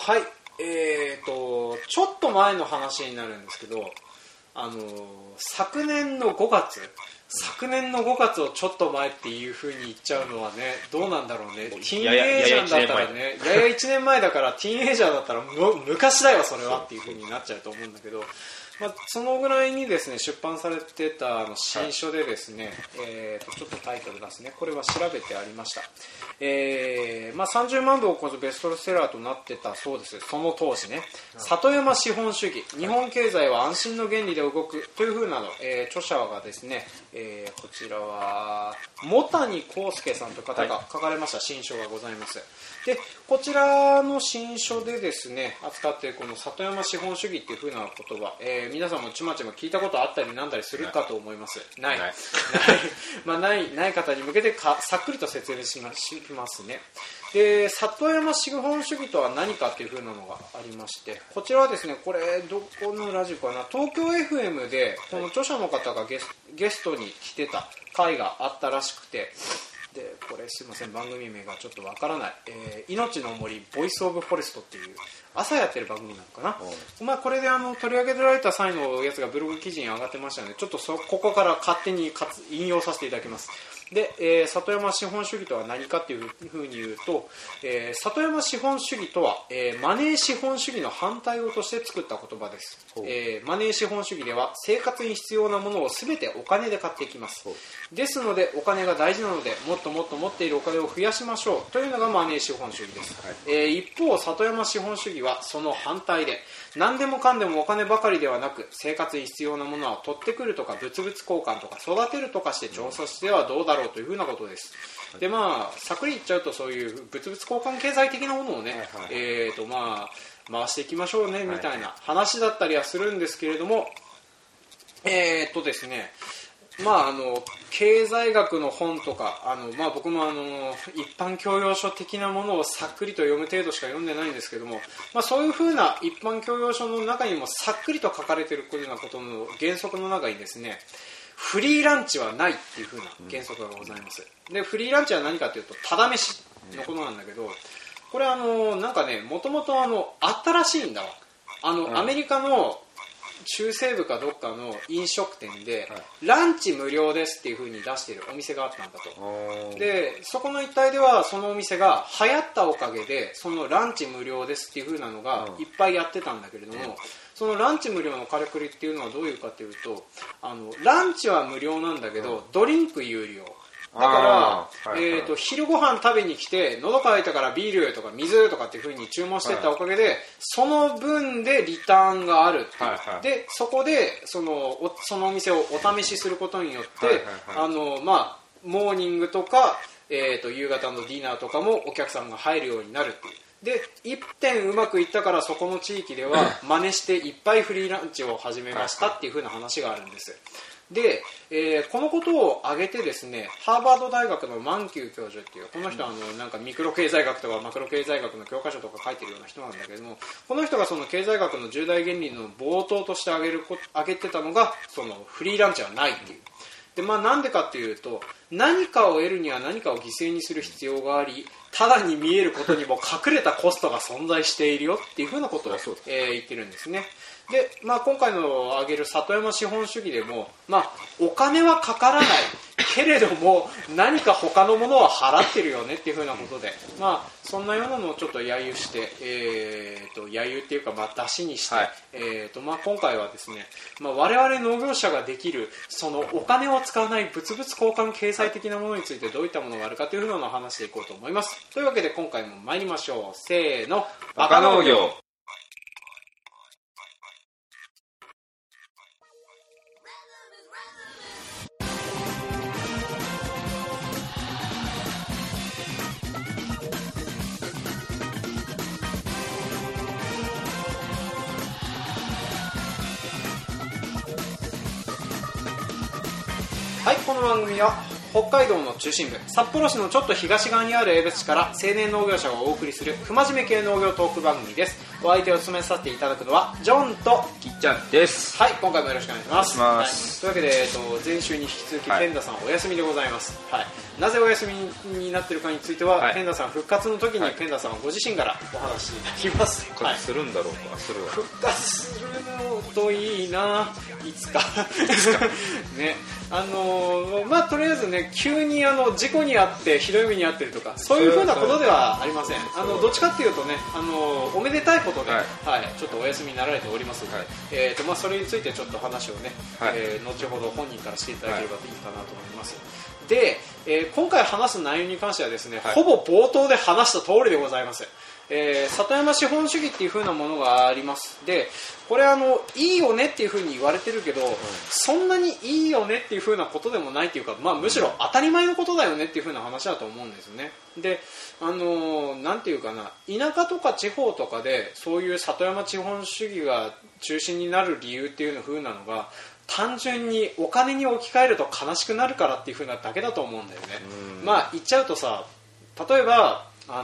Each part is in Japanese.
はい、ちょっと前の話になるんですけど、昨年の5月をちょっと前っていう風に言っちゃうのはね、どうなんだろうね。ティーンエイジャーだったらね、やや1年前だからティーンエイジャーだったら昔だよそれはっていう風になっちゃうと思うんだけど、そのぐらいにですね出版されてた新書でですね、ちょっとタイトル出すね、これは調べてありました。30万部を超すベストセラーとなってたそうです。その当時ね、里山資本主義、日本経済は安心の原理で動くという風なの、著者がですね、こちらは茂谷幸介さんという方が書かれました新書がございます。でこちらの新書でですね扱っているこの里山資本主義っていう風な言葉、皆さんもちまちま聞いたことあったりなんだりするかと思います。ない方に向けてさっくりと説明しますね。で里山資本主義とは何かっていう風なのがありまして、こちらはですね、これどこのラジオかな、東京 FM でこの著者の方がゲストに来てた回があったらしくて、でこれすいません番組名がちょっとわからない、命の森ボイスオブフォレストっていう朝やってる番組なのかな。これで取り上げられた際のやつがブログ記事に上がってましたので、ちょっとここから勝手に引用させていただきます。で、里山資本主義とは何かっていうふうに言うと、里山資本主義とは、マネー資本主義の反対語として作った言葉です。マネー資本主義では生活に必要なものを全てお金で買っていきます。ですのでお金が大事なのでもっともっと持っているお金を増やしましょうというのがマネー資本主義です。一方里山資本主義はその反対で、何でもかんでもお金ばかりではなく生活に必要なものは取ってくるとか物々交換とか育てるとかして調査してはどうだろうというふうなことです。でさっくり言っちゃうとそういう物々交換経済的なものをね、回していきましょうねみたいな話だったりはするんですけれども、ですね経済学の本とか僕も一般教養書的なものをさっくりと読む程度しか読んでないんですけども、そういうふうな一般教養書の中にもさっくりと書かれているようなことの原則の中にですね、フリーランチはないっていう風な原則がございます。でフリーランチは何かというとただ飯のことなんだけど、これもともとあったらしいんだわ。アメリカの中西部かどっかの飲食店でランチ無料ですっていう風に出しているお店があったんだと。でそこの一帯ではそのお店が流行ったおかげでそのランチ無料ですっていう風なのがいっぱいやってたんだけれども、そのランチ無料のからくりっていうのはどういうかというと、ランチは無料なんだけどドリンク有料だから、昼ご飯食べに来て喉乾いたからビールとか水とかっていう風に注文していったおかげで、その分でリターンがあるっていう、でそこでそのお店をお試しすることによって、モーニングとか、夕方のディナーとかもお客さんが入るようになるっていう。で1点うまくいったからそこの地域では真似していっぱいフリーランチを始めましたっていう風な話があるんです。で、このことを挙げてですね、ハーバード大学のマンキュー教授っていうこの人はミクロ経済学とかマクロ経済学の教科書とか書いてるような人なんだけども、この人がその経済学の重大原理の冒頭として挙げてたのがそのフリーランチはないっていう。でなんでかっていうと、何かを得るには何かを犠牲にする必要があり、ただに見えることにも隠れたコストが存在しているよっていうふうなことを、言ってるんですね。で、今回の挙げる里山資本主義でも、お金はかからないけれども何か他のものは払ってるよねっていうふうなことで、そんなようなのをちょっと揶揄して、揶揄っていうか出しにして、今回はですね、我々農業者ができるそのお金を使わない物々交換経済的なものについてどういったものがあるかというふうなのを話していこうと思います。というわけで今回も参りましょう。せーの、 バカ農業。 はい、この番組は北海道の中心部札幌市のちょっと東側にある江別市から青年農業者がお送りする不真面目系農業トーク番組です。 お相手を務めさせていただくのはジョンときっちゃんです。 はい、今回もよろしくお願いします。 はい、 というわけで、前週に引き続きペンダさんお休みでございます。はい、なぜお休みになっているかについては、ペンダさん復活の時にペンダさんご自身からお話しいただきます。 復活するんだろうか、するわ。 復活するのといいな、いつかね、とりあえずね、急に事故に遭ってひどい目に遭ってるとかそういう風なことではありません。どっちかっていうとね、おめでたいことで、ちょっとお休みになられておりますので、それについてちょっと話をね、後ほど本人からしていただければいいかなと思います。で、今回話す内容に関してはですね、ほぼ冒頭で話した通りでございます。里山資本主義っていう風なものがあります。で、これいいよねっていう風に言われてるけど、そんなにいいよねっていう風なことでもないっていうか、むしろ当たり前のことだよねっていう風な話だと思うんですよね。で、なんていうかな、田舎とか地方とかでそういう里山資本主義が中心になる理由っていう風なのが、単純にお金に置き換えると悲しくなるからっていう風なだけだと思うんだよね。言っちゃうとさ、例えば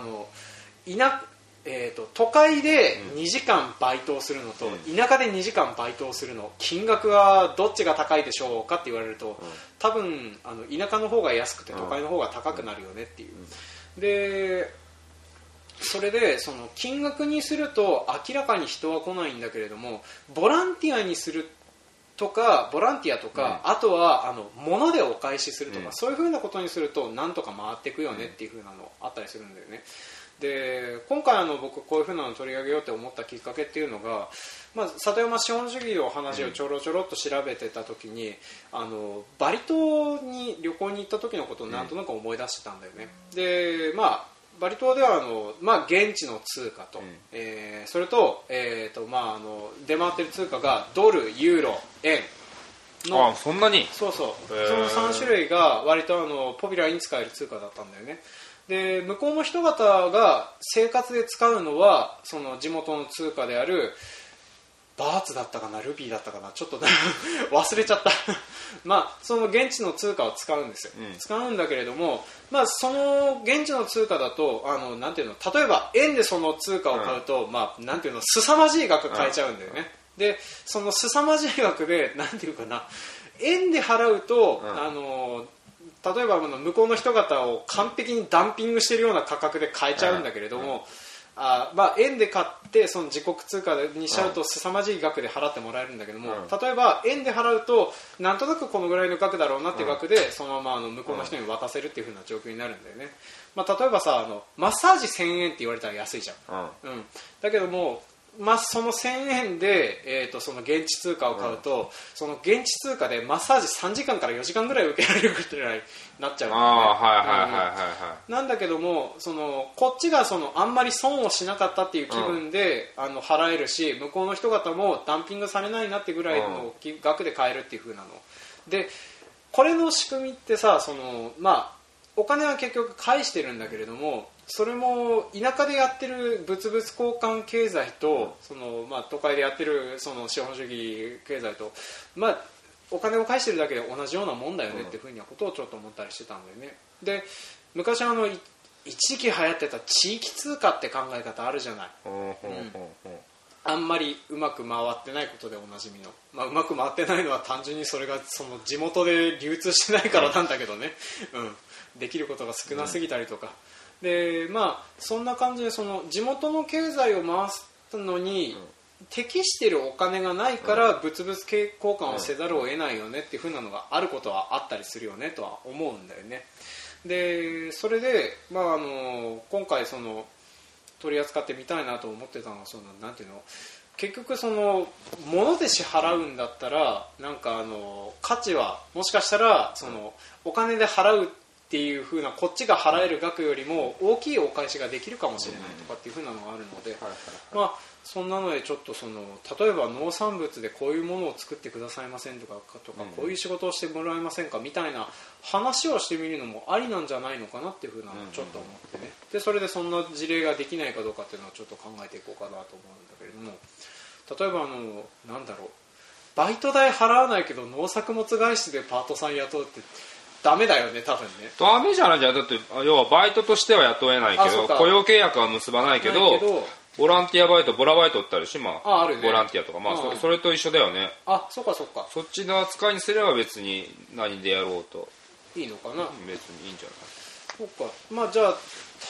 都会で2時間バイトをするのと田舎で2時間バイトをするの、金額はどっちが高いでしょうかって言われると、多分田舎の方が安くて都会の方が高くなるよねっていう。で、それでその金額にすると明らかに人は来ないんだけれども、ボランティアとか、あとは物でお返しするとか、そういう風なことにするとなんとか回っていくよねっていう風なのあったりするんだよね。で、今回僕こういう風なのを取り上げようと思ったきっかけっていうのが、里山資本主義の話をちょろちょろっと調べてた時に、バリ島に旅行に行った時のことをなんとなく思い出してたんだよね。で、バリ島では現地の通貨と、それと、出回ってる通貨がドル、ユーロ、円の、 そんなに、 その3種類が割とポピュラーに使える通貨だったんだよね。で、向こうの人方が生活で使うのはその地元の通貨であるバーツだったかな、ルビーだったかな、ちょっと忘れちゃったその現地の通貨を使うんですよ。使うんだけれども、その現地の通貨だとなんていうの、例えば円でその通貨を買うと、なんていうの、凄まじい額買えちゃうんだよね。で、その凄まじい額でなんていうかな、円で払うと、例えば向こうの人方を完璧にダンピングしているような価格で買えちゃうんだけれども、円で買ってその自国通貨にしちゃうと凄まじい額で払ってもらえるんだけども、例えば円で払うとなんとなくこのぐらいの額だろうなっていう額でそのまま向こうの人に渡せるっていう風な状況になるんだよね。例えばさ、マッサージ1000円って言われたら安いじゃん。だけどもその1000円で、その現地通貨を買うと、その現地通貨でマッサージ3時間から4時間ぐらい受けられるぐらいになっちゃうんだよね。なんだけどもこっちがあんまり損をしなかったっていう気分で、払えるし、向こうの人方もダンピングされないなってぐらいの額で買えるっていう風なので、これの仕組みってさ、お金は結局返してるんだけれども、それも田舎でやってる物々交換経済と、都会でやってるその資本主義経済と、お金を返してるだけで同じようなもんだよねっていうふうなことをちょっと思ったりしてたんだよね。で、昔一時期流行ってた地域通貨って考え方あるじゃない。あんまりうまく回ってないことでおなじみの、うまく回ってないのは単純にそれがその地元で流通してないからなんだけどね、できることが少なすぎたりとか、で、そんな感じでその地元の経済を回すのに適しているお金がないから物々交換をせざるを得ないよねっていう風なのがあることはあったりするよねとは思うんだよね。で、それで、今回取り扱ってみたいなと思ってたのは、なんていうの、結局物で支払うんだったら価値はもしかしたらお金で払うっていう風な、こっちが払える額よりも大きいお返しができるかもしれないとかっていう風なのがあるので、そんなのでちょっと例えば農産物でこういうものを作ってくださいませんとかこういう仕事をしてもらえませんかみたいな話をしてみるのもありなんじゃないのかなっていう風なのをちょっと思ってね。で、それでそんな事例ができないかどうかっていうのをちょっと考えていこうかなと思うんだけれども、例えばなんだろう、バイト代払わないけど農作物会社でパートさん雇うってダメだよね、多分ね。 ダメじゃないじゃん。だって要はバイトとしては雇えないけど、雇用契約は結ばないけどボランティアバイト、ボラバイトってあるし、まあ、 あるねボランティアとか、まあ、それと一緒だよね。 あ、そっかそっか。 そっちの扱いにすれば別に何でやろうといいのかな。 別にいいんじゃそっか。まあじゃあ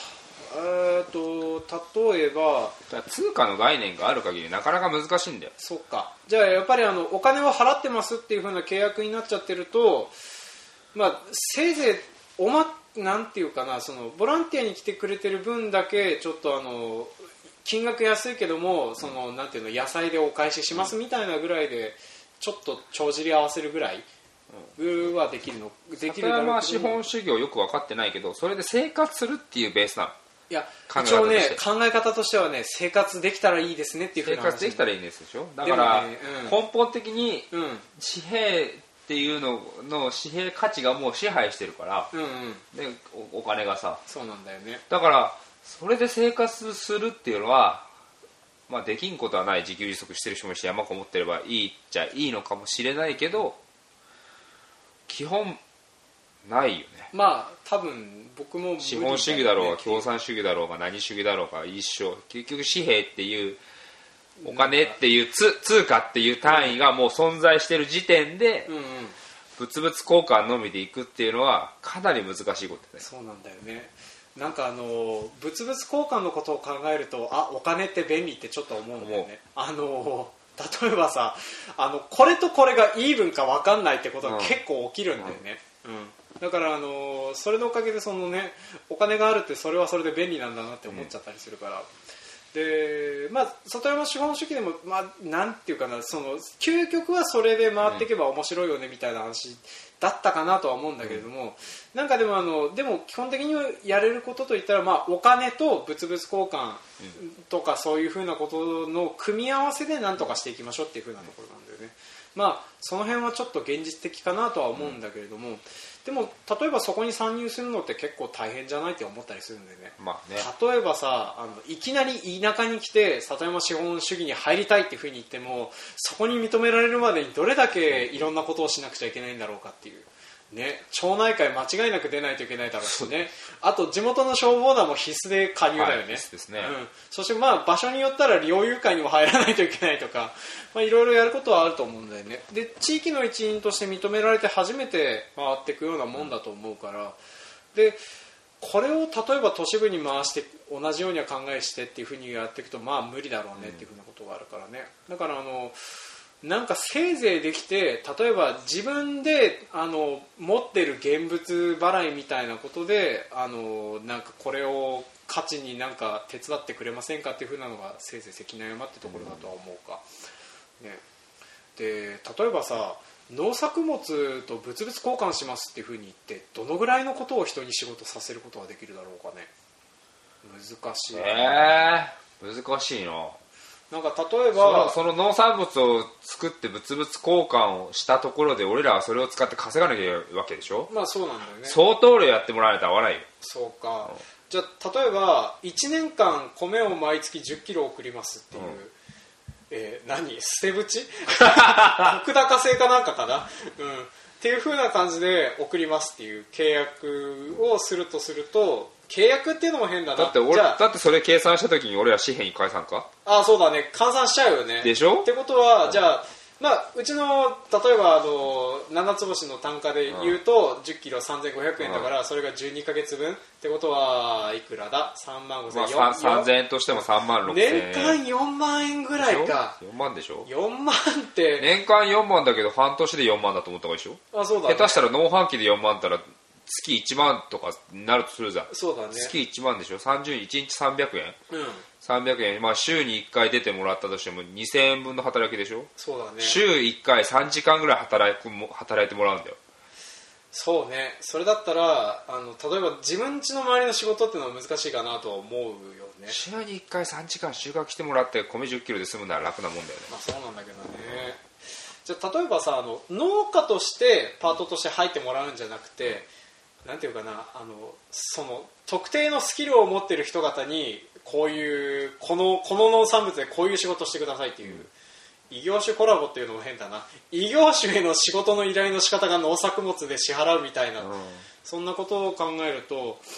例えばない。通貨の概念がある限りなかなか難しいんだよ。 そっか。じゃあやっぱりお金を払ってますっていう風な契約になっちゃってると、まあせいぜいなんていうかな、そのボランティアに来てくれてる分だけちょっと金額安いけども、そのなんていうの、野菜でお返ししますみたいなぐらいでちょっと帳尻合わせるぐらいはできる里山資本主義をよく分かってないけど、それで生活するっていうベースなの。 いや一応ね、考え方としてはね、生活できたらいいですねっていうふうな話。 生活できたらいいんですでしょ。だから、 ね、 根本的に紙幣っていうのの紙幣価値がもう支配してるから、で お金がさ、 そうなんだよね。 だからそれで生活するっていうのは、まあ、できんことはない。自給自足してる人もいるし、山こもってればいいっちゃいいのかもしれないけど、基本ないよね。 まあ多分僕も資本主義だろうが共産主義だろうが何主義だろうが一緒。結局紙幣っていうお金っていう通貨っていう単位がもう存在してる時点で、物々交換のみでいくっていうのはかなり難しいことね。 そうなんだよね。なんか物々交換のことを考えると、お金って便利ってちょっと思うんだよね。例えばさ、これとこれがイーブンか分かんないってことが結構起きるんだよね。だからそれのおかげでそのね、お金があるってそれはそれで便利なんだなって思っちゃったりするから、でまあ里山資本主義でも、まあなんていうかな、その究極はそれで回っていけば面白いよねみたいな話だったかなとは思うんだけれども、なんかでも基本的にやれることといったら、まあお金と物々交換とかそういうふうなことの組み合わせでなんとかしていきましょうっていうふうなところなんだよね。まあその辺はちょっと現実的かなとは思うんだけれども、でも例えばそこに参入するのって結構大変じゃないって思ったりするんでね。 まあね、 例えばさ、いきなり田舎に来て里山資本主義に入りたいっていうふうに言っても、そこに認められるまでにどれだけいろんなことをしなくちゃいけないんだろうかっていうね、町内会間違いなく出ないといけないだろうしね。あと地元の消防団も必須で加入だよね。 必須ですね。 そしてまあ場所によったら猟友会にも入らないといけないとか、まあいろいろやることはあると思うんだよね。で地域の一員として認められて初めて回っていくようなもんだと思うから、でこれを例えば都市部に回して同じようには考えしてっていうふうにやっていくと、まあ無理だろうねっていうふうなことがあるからね。だからなんかせいぜいできて、例えば自分で持ってる現物払いみたいなことでなんかこれを価値になんか手伝ってくれませんかっていう風なのがせいぜい関の山ってところだとは思うか、ね、で例えばさ、農作物と物々交換しますっていう風に言ってどのぐらいのことを人に仕事させることができるだろうかね。難しい、 難しいな。 なんか例えばその農産物を作って物々交換をしたところで俺らはそれを使って稼がなきゃいけないわけでしょ。 まあそうなんだよね。 相当量やってもらわないと合わないよ。 そうか、じゃあ例えば1年間米を毎月10キロ送りますっていう、何捨て淵奥高製かなんかかな、っていう風な感じで送りますっていう契約をすると契約っていうのも変だな。 だってそれ計算した時に俺ら紙幣に返さんか。 ああそうだね、換算しちゃうよね。 でしょ。 ってことは、じゃあまあうちの例えば7つ星の単価で言うと10キロ3500円だから、それが12ヶ月分ってことはいくらだ、3万5千円、 まあ、3000円としても3万6千円、 年間4万円ぐらいか。 4万でしょ。 4万って年間4万だけど半年で4万だと思った方がいいでしょ。 あ、そうだね、 下手したら農飯期で4万ったら月1万とかになるとするじゃん。 そうだね、 月1万でしょ。30日1日300円、300円、まあ週に1回出てもらったとしても2000円分の働きでしょ。 そうだね、 週1回3時間ぐらい働いてもらうんだよ。 そうね、それだったら例えば自分家の周りの仕事っていうのは難しいかなとは思うよね。 週に1回3時間収穫してもらって米10キロで済むなら楽なもんだよね。 まあそうなんだけどね。じゃあ例えばさ、農家としてパートとして入ってもらうんじゃなくて、なんていうかな、その特定のスキルを持っている人方にこの農産物でこういう仕事してくださいっていう、異業種コラボっていうのも変だな。異業種への仕事の依頼の仕方が農作物で支払うみたいな、そんなことを考えると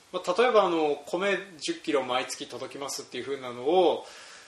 例えば米10キロ毎月届きますっていう風なのを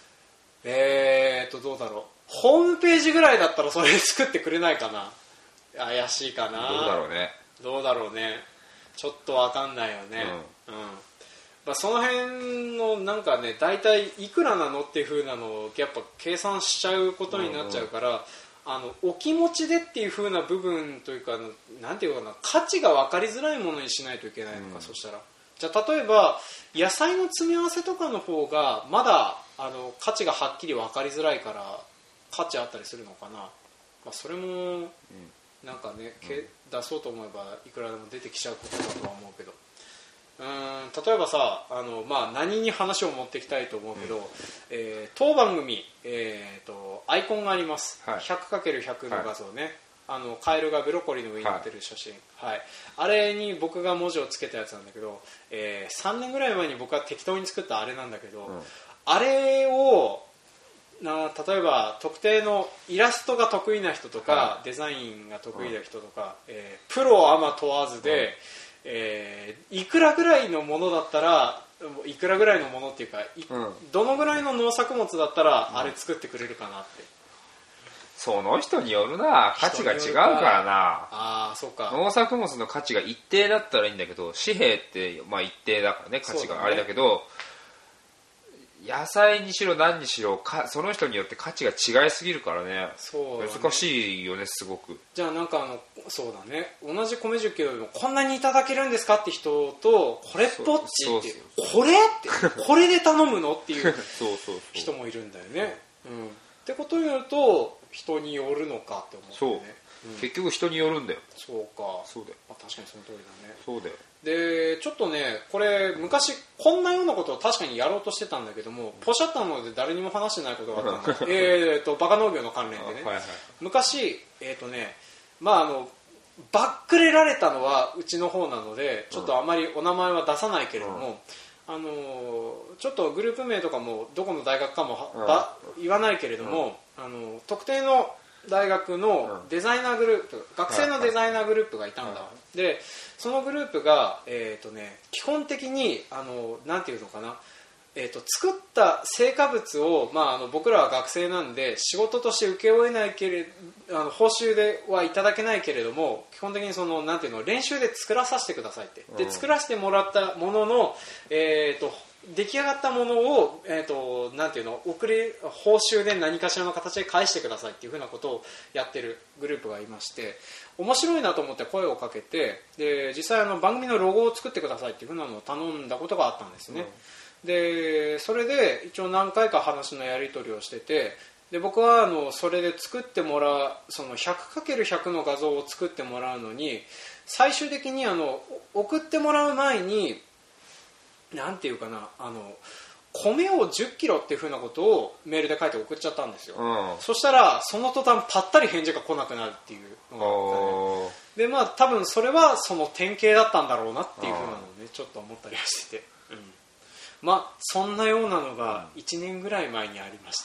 どうだろう、ホームページぐらいだったらそれ作ってくれないかな。怪しいかな。 どうだろうね。 どうだろうね。ちょっと分かんないよね。その辺のなんかね、大体いくらなのっていう風なのをやっぱ計算しちゃうことになっちゃうから、お気持ちでっていう風な部分というか、なんていうかな、価値が分かりづらいものにしないといけないのか、そしたら。じゃあ例えば野菜の詰め合わせとかの方がまだ価値がはっきり分かりづらいから価値あったりするのかな。それもなんかね、出そうと思えばいくらでも出てきちゃうことだとは思うけど、例えばさ、何に話を持っていきたいと思うけど、当番組、アイコンがあります、 はい、 100×100 の画像ね、カエルがブロッコリーの上に乗ってる写真、あれに僕が文字をつけたやつなんだけど、3年ぐらい前に僕が適当に作ったあれなんだけど、あれを例えば特定のイラストが得意な人とか、デザインが得意な人とか、プロアマ問わずで、いくらぐらいのものだったら、いくらぐらいのものっていうか、どのぐらいの農作物だったらあれ作ってくれるかなって。 その人によるな、価値が違うからな。 そうか。 農作物の価値が一定だったらいいんだけど、紙幣って一定だからね、価値があれだけど、野菜にしろ何にしろその人によって価値が違いすぎるからね。難しいよね、すごく。 じゃあなんかそうだね、同じ米10キロでもこんなにいただけるんですかって人と、これっぽっちってこれってこれで頼むのっていう人もいるんだよね。ってことによると人によるのかって思ってね。 結局人によるんだよ。 そうか。 そうだよ。 確かにその通りだね。 そうだよ。 でちょっとね、これ昔こんなようなことを確かにやろうとしてたんだけども、ポシャったので誰にも話してないことがあったの。バカ農業の関連でね、昔バックレられたのはうちの方なのでちょっとあまりお名前は出さないけれども、ちょっとグループ名とかもどこの大学かも言わないけれども、特定の大学のデザイナーグループ、学生のデザイナーグループがいたんだ。でそのグループが、基本的になんていうのかな、作った成果物を、僕らは学生なんで仕事として請け負えないけれど、報酬ではいただけないけれども、基本的になんていうの、練習で作らさせてくださいって。で作らせてもらったものの、出来上がったものを、なんていうの、報酬で何かしらの形で返してくださいっていうふうなことをやってるグループがいまして、面白いなと思って声をかけて、で実際番組のロゴを作ってくださいっていうふうなのを頼んだことがあったんですね。でそれで一応何回か話のやり取りをしてて、で僕はそれで作ってもらう、その 100×100 の画像を作ってもらうのに、最終的に送ってもらう前になんていうかな、米を10キロっていうふうなことをメールで書いて送っちゃったんですよ。そしたらその途端ぱったり返事が来なくなるっていうのがあってね。で多分それはその典型だったんだろうなっていうふうなのをね、ちょっと思ったりはしてて、そんなようなのが1年ぐらい前にありました。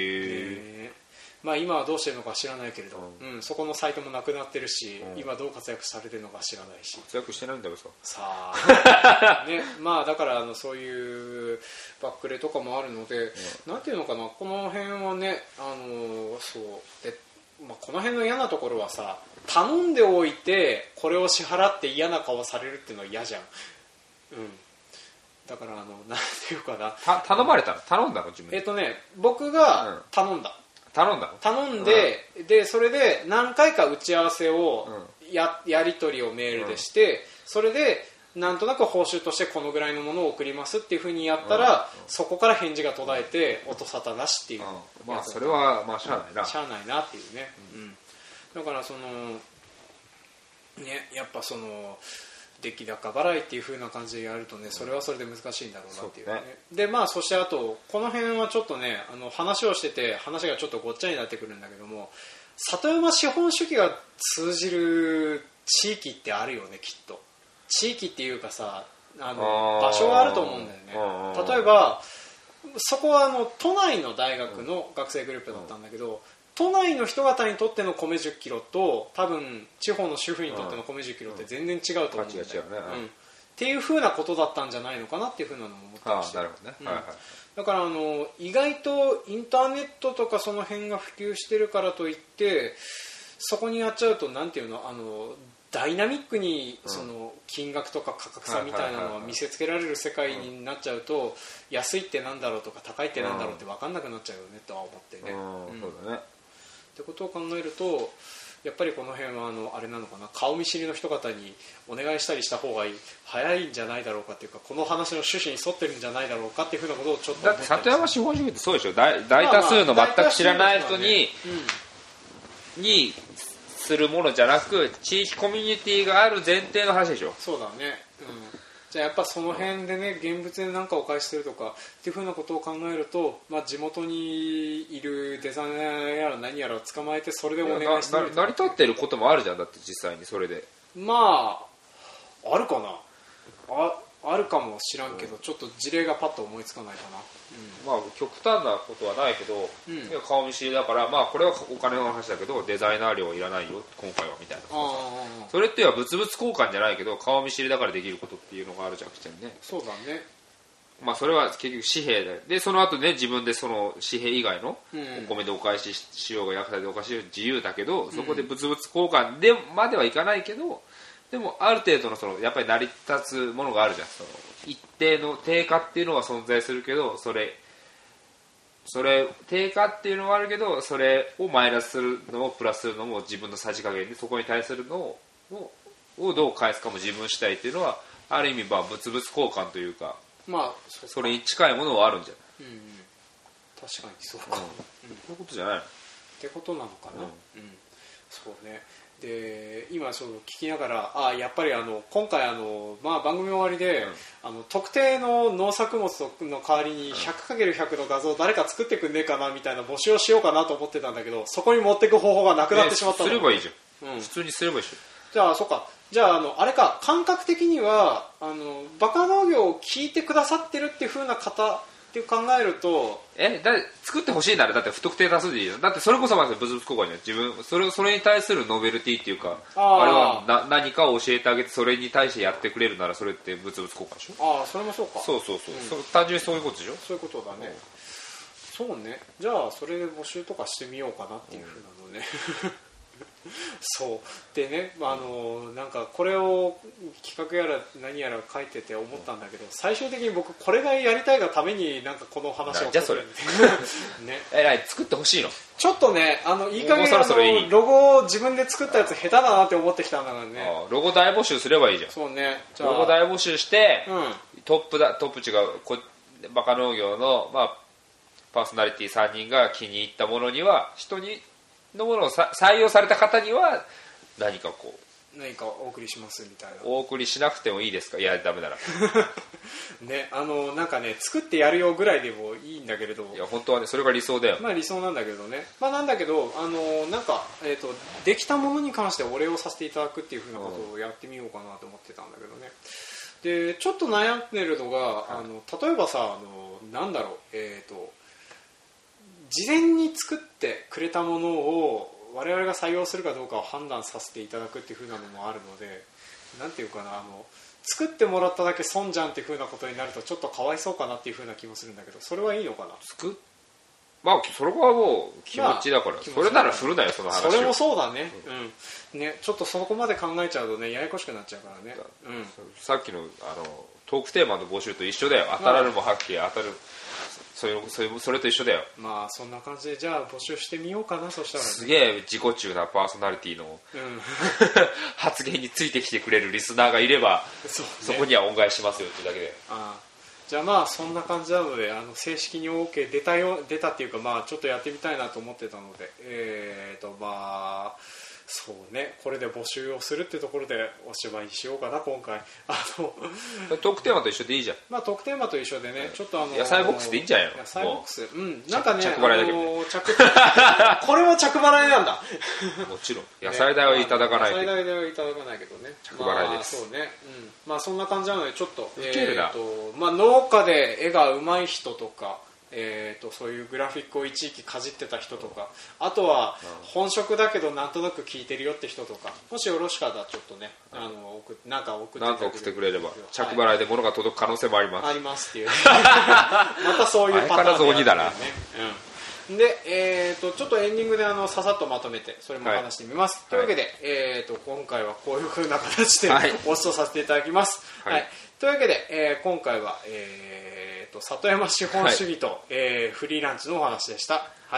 今はどうしてるのか知らないけれど、そこのサイトもなくなってるし、今どう活躍されてるのか知らないし。 活躍してないんだけどさあ、ね、だからそういうバックレとかもあるので、なんていうのかな、この辺はね、そうで、この辺の嫌なところはさ、頼んでおいてこれを支払って嫌な顔されるっていうのは嫌じゃん。だからなんていうかな、 頼まれたの？頼んだの？自分で僕が頼んだ、頼んで、でそれで何回か打ち合わせをやり取りをメールでして、それでなんとなく報酬としてこのぐらいのものを送りますっていうふうにやったら、そこから返事が途絶えて音沙汰なしっていう、 それはしゃあないな、 しゃあないなっていうね、だからやっぱ出来高払いっていう風な感じでやるとね、それはそれで難しいんだろうなっていうね。でそしてあとこの辺はちょっとね、話をしてて話がちょっとごっちゃになってくるんだけども、里山資本主義が通じる地域ってあるよね、きっと。地域っていうかさ、場所があると思うんだよね。例えばそこは都内の大学の学生グループだったんだけど、都内の人方にとっての米10キロと多分地方の主婦にとっての米10キロって全然違うと思うんだよ。っっていう風なことだったんじゃないのかなっていう風なのも思ってまして、 なるほどね、はいはい、 だから意外とインターネットとかその辺が普及してるからといってそこにやっちゃうとなんていうのダイナミックにその金額とか価格差みたいなのは見せつけられる世界になっちゃうと安いってなんだろうとか高いってなんだろうって分かんなくなっちゃうよねとは思ってね。 そうだね。 ってことを考えるとやっぱりこの辺はあれなのかな、顔見知りの人方にお願いしたりした方が早いんじゃないだろうかっていうかこの話の趣旨に沿ってるんじゃないだろうかっていうふうなことをちょっと思って。 だって里山資本主義ってそうでしょ、大多数の全く知らない人にするものじゃなく地域コミュニティがある前提の話でしょ。 そうだね、じゃあやっぱその辺でね現物で何かお返しするとかっていうふうなことを考えると、地元にいるデザイナーやら何やらを捕まえてそれでお願いしてる成り立ってることもあるじゃん。だって実際にそれであるかな、あるかもしらんけど、ちょっと事例がパッと思いつかないかな。 極端なことはないけど、顔見知りだから、これはお金の話だけどデザイナー料いらないよ今回はみたいな。それっては物々交換じゃないけど顔見知りだからできることっていうのがあるじゃんね。 そうだね。 それは結局紙幣でその後ね自分でその紙幣以外のお米でお返ししようが野菜でお返ししようが自由だけど、そこで物々交換でまではいかないけど、でもある程度のやっぱり成り立つものがあるじゃん。その一定の定価っていうのは存在するけど、それ定価っていうのはあるけど、それをマイナスするのをプラスするのも自分のさじ加減で、そこに対するのをどう返すかも自分次第っていうのはある意味物々交換というか、それに近いものはあるんじゃない。 確かにそうか、 そういうことじゃないのってことなのかな。そうね。で今ちょっと聞きながらやっぱり今回番組終わりで、特定の農作物の代わりに 100×100 の画像を誰か作ってくんねえかなみたいな募集をしようかなと思ってたんだけど、そこに持っていく方法がなくなってしまったの。 すればいいじゃん、普通にすればいいでしょ。 じゃあそっか、じゃああれか、感覚的にはバカ農業を聞いてくださってるっていう風な方って考えると作ってほしいならだって不特定多数でいいよ。だってそれこそまず物々交換じゃん。自分それに対するノベルティっていうか、あれは何かを教えてあげてそれに対してやってくれるならそれって物々交換でしょ。 それもそうか。 そう、単純にそういうことでしょ。 そういうことだね。そうね。じゃあそれで募集とかしてみようかなっていう風なのね。そうでね、なんかこれを企画やら何やら書いてて思ったんだけど、最終的に僕これがやりたいがためになんかこの話をじゃあそれね作ってほしいの。 ちょっとねいい加減ロゴを自分で作ったやつ下手だなって思ってきたんだからね。 ロゴ大募集すればいいじゃん。 そうね。 じゃあロゴ大募集して、トップ違うバカ農業の、パーソナリティ3人が気に入ったものにはのものを採用された方には何かお送りしますみたいな。 お送りしなくてもいいですか。いやダメならね、なんかね作ってやるよぐらいでもいいんだけれど、 いや本当はねそれが理想だよ。 理想なんだけどね。なんだけどなんかできたものに関してお礼をさせていただくっていう風なことをやってみようかなと思ってたんだけどね。でちょっと悩んでるのが例えばさなんだろう事前に作ってくれたものを我々が採用するかどうかを判断させていただくっていう風なのもあるので、なんていうかな作ってもらっただけ損じゃんっていう風なことになるとちょっとかわいそうかなっていう風な気もするんだけど、それはいいのかな。 それはもう気持ちだから、それなら振るなよその話を。 それもそうだね。ね、ちょっとそこまで考えちゃうとねややこしくなっちゃうからね。 さっきのトークテーマの募集と一緒だよ。当たるもはっきり当たる。それと一緒だよ。 そんな感じでじゃあ募集してみようかな。そしたら、ね、 すげえ自己中なパーソナリティの、発言についてきてくれるリスナーがいれば そこには恩返ししますよっていうだけで。 じゃあそんな感じなので正式に OK 出たっていうかちょっとやってみたいなと思ってたのでそうね、これで募集をするってところでおしまいにしようかな今回。 トークテーマと一緒でいいじゃん。 トークテーマと一緒でね、ちょっと野菜ボックスでいいんじゃないの。 野菜ボックスなんかね着払いだけどねこれも着払いなんだもちろん野菜代はいただかないと、 野菜代はいただかないけどね、 着払いです。 そうね、そんな感じなのでちょっとウケるな。 農家で絵が上手い人とかそういうグラフィックを一時期かじってた人とか、あとは本職だけどなんとなく聞いてるよって人とか、もしよろしかったらちょっとねなんか送ってくれれば着払いで物が届く可能性もあります、 ありますっていうまたそういうパターンで、ね、 相変わらず鬼だな、 で、ちょっとエンディングでささっとまとめてそれも話してみます、というわけで、今回はこういう風な形でご視聴させていただきます、というわけで、今回は、里山資本主義と、フリーランチのお話でした。はい、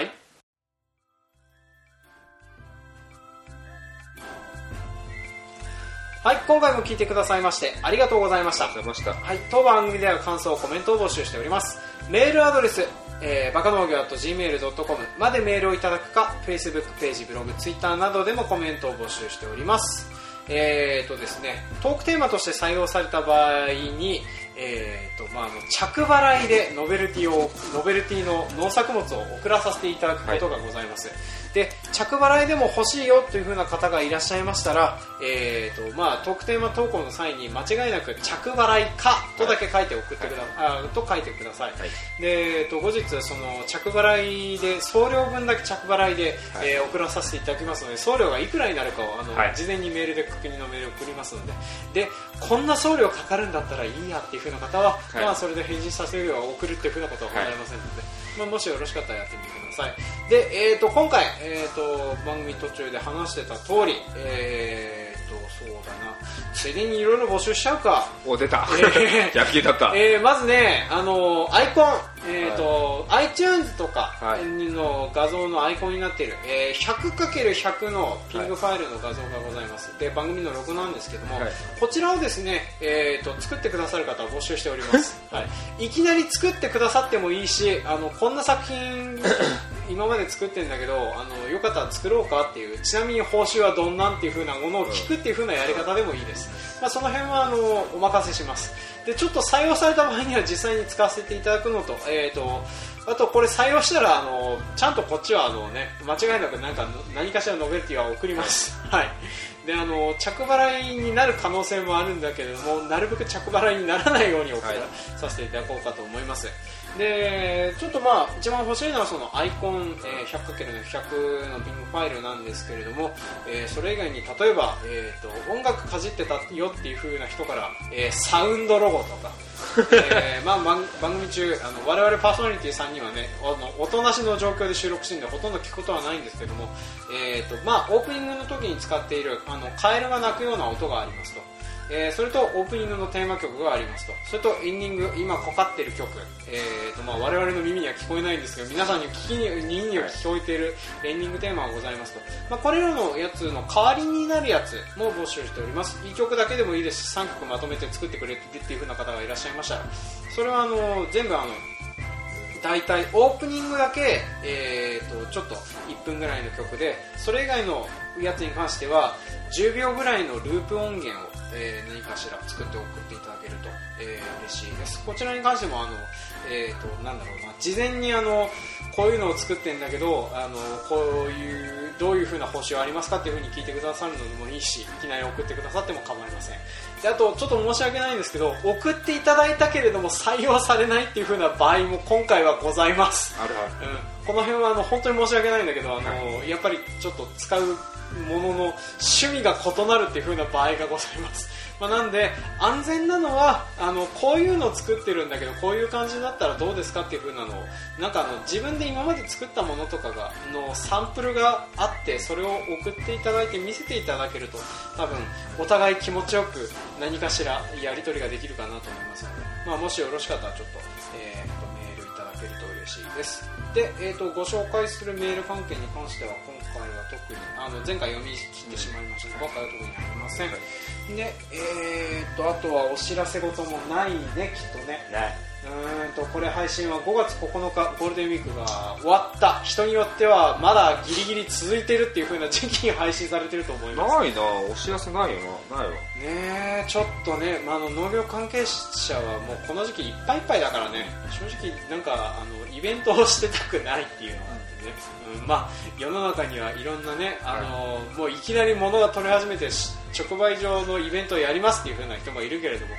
はい、今回も聞いてくださいましてありがとうございました。はい、当番組では感想コメントを募集しております。メールアドレスバカ農業@gmail.com までメールをいただくか、 Facebook ページ、ブログ、Twitter などでもコメントを募集しております。ですね、トークテーマとして採用された場合に、着払いでノベルティの農作物を送らさせていただくことがございます。で、着払いでも欲しいよという風な方がいらっしゃいましたら、トークテーマ投稿の際に間違いなく着払いかとだけ書いて送ってください。で、後日その着払いで送料分だけ着払いで、送らさせていただきますので、送料がいくらになるかを事前にメールで確認のメールを送りますので、こんな送料かかるんだったらいいやっていう風な方は、それで返事させるよう送るっていう風なことはございませんので、もしよろしかったらやってみてください。で、今回、番組途中で話してた通り、そうだな、ついでにいろいろ募集しちゃうか。 出た逆切りだった。 まずね、アイコン、iTunes とかの画像のアイコンになっている、100×100 のピングファイルの画像がございます。で、番組のロゴなんですけども、こちらをですね、作ってくださる方を募集しております。いきなり作ってくださってもいいし、こんな作品今まで作ってるんだけど、よかったら作ろうかっていう、ちなみに報酬はどんなんっていう風なものを聞くっていう風なやり方でもいいです。その辺はお任せします。で、ちょっと採用された場合には実際に使わせていただくのと、あとこれ採用したらちゃんとこっちは間違いなく何かしらノベルティは送ります。はい。で、着払いになる可能性もあるんだけれども、なるべく着払いにならないように送らさせていただこうかと思います。で、ちょっと一番欲しいのはそのアイコン、100×100 のビングファイルなんですけれども、それ以外に例えば、音楽かじってたよっていう風な人から、サウンドロゴとか番組中我々パーソナリティ3人はね、おとなしの状況で収録してるんでほとんど聞くことはないんですけども、オープニングの時に使っているカエルが鳴くような音がありますと、それとオープニングのテーマ曲がありますと、それとエンディング今かかっている曲、我々の耳には聞こえないんですけど皆さんに耳には聞こえているエンディングテーマがございますと、これらのやつの代わりになるやつも募集しております。1曲だけでもいいですし、3曲まとめて作ってくれっていう風な方がいらっしゃいましたら、それは全部大体オープニングだけ、ちょっと1分ぐらいの曲で、それ以外のやつに関しては10秒ぐらいのループ音源を、何かしら作って送っていただけると、嬉しいです。こちらに関しても事前にこういうのを作ってんだけどこういうどういう風な報酬ありますかっていう風に聞いてくださるのでもいいし、いきなり送ってくださっても構いません。で、あとちょっと申し訳ないんですけど、送っていただいたけれども採用されないっていう風な場合も今回はございます。この辺は本当に申し訳ないんだけど、やっぱりちょっと使うものの趣味が異なるっていう風な場合がございます。なんで安全なのはこういうのを作ってるんだけどこういう感じだったらどうですかっていう風なのを自分で今まで作ったものとかがサンプルがあって、それを送っていただいて見せていただけると多分お互い気持ちよく何かしらやり取りができるかなと思いますので、もしよろしかったらちょっと、メールいただけると嬉しいです。で、ご紹介するメール関係に関しては今回は特に前回読み切ってしまいましたので今回は特にありません。で、あとはお知らせ事もないね、きっとね。これ配信は5月9日ゴールデンウィークが終わった、人によってはまだギリギリ続いてるっていう風な時期に配信されてると思います。 ないな、お知らせないよな。ないわね。ちょっとね、農業関係者はもうこの時期いっぱいいっぱいだからね、正直イベントをしてたくないっていうのがあってね、世の中にはいろんなね、もういきなり物が取れ始めて直売所のイベントをやりますっていう風な人もいるけれども、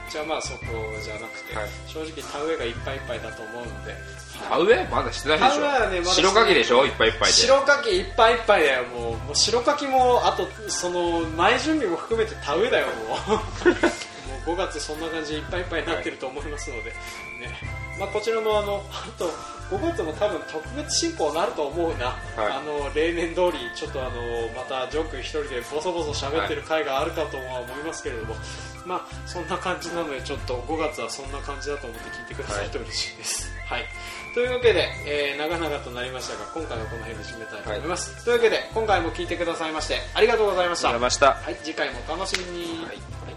ちはまあそこじゃなくて、正直田植えがいっぱいいっぱいだと思うので。 田植えまだしてないでしょ。 ね、ま、 白柿でしょ、いっぱいいっぱいで。 白柿いっぱいいっぱいだよ。もう白柿もあとその前準備も含めて田植えだよ。もう5月そんな感じでいっぱいいっぱいになってると思いますので、ね、まあ、こちらもあと5月も多分特別進行になると思うな、例年通りちょっとまたジョー君一人でボソボソ喋ってる回があるかとは思いますけれども、まあ、そんな感じなのでちょっと5月はそんな感じだと思って聞いてくださると嬉しいです、はい、というわけで、長々となりましたが今回はこの辺で締めたいと思います、というわけで今回も聞いてくださいましてありがとうございました。 ありがとうございました。 はい、次回もお楽しみに。はい。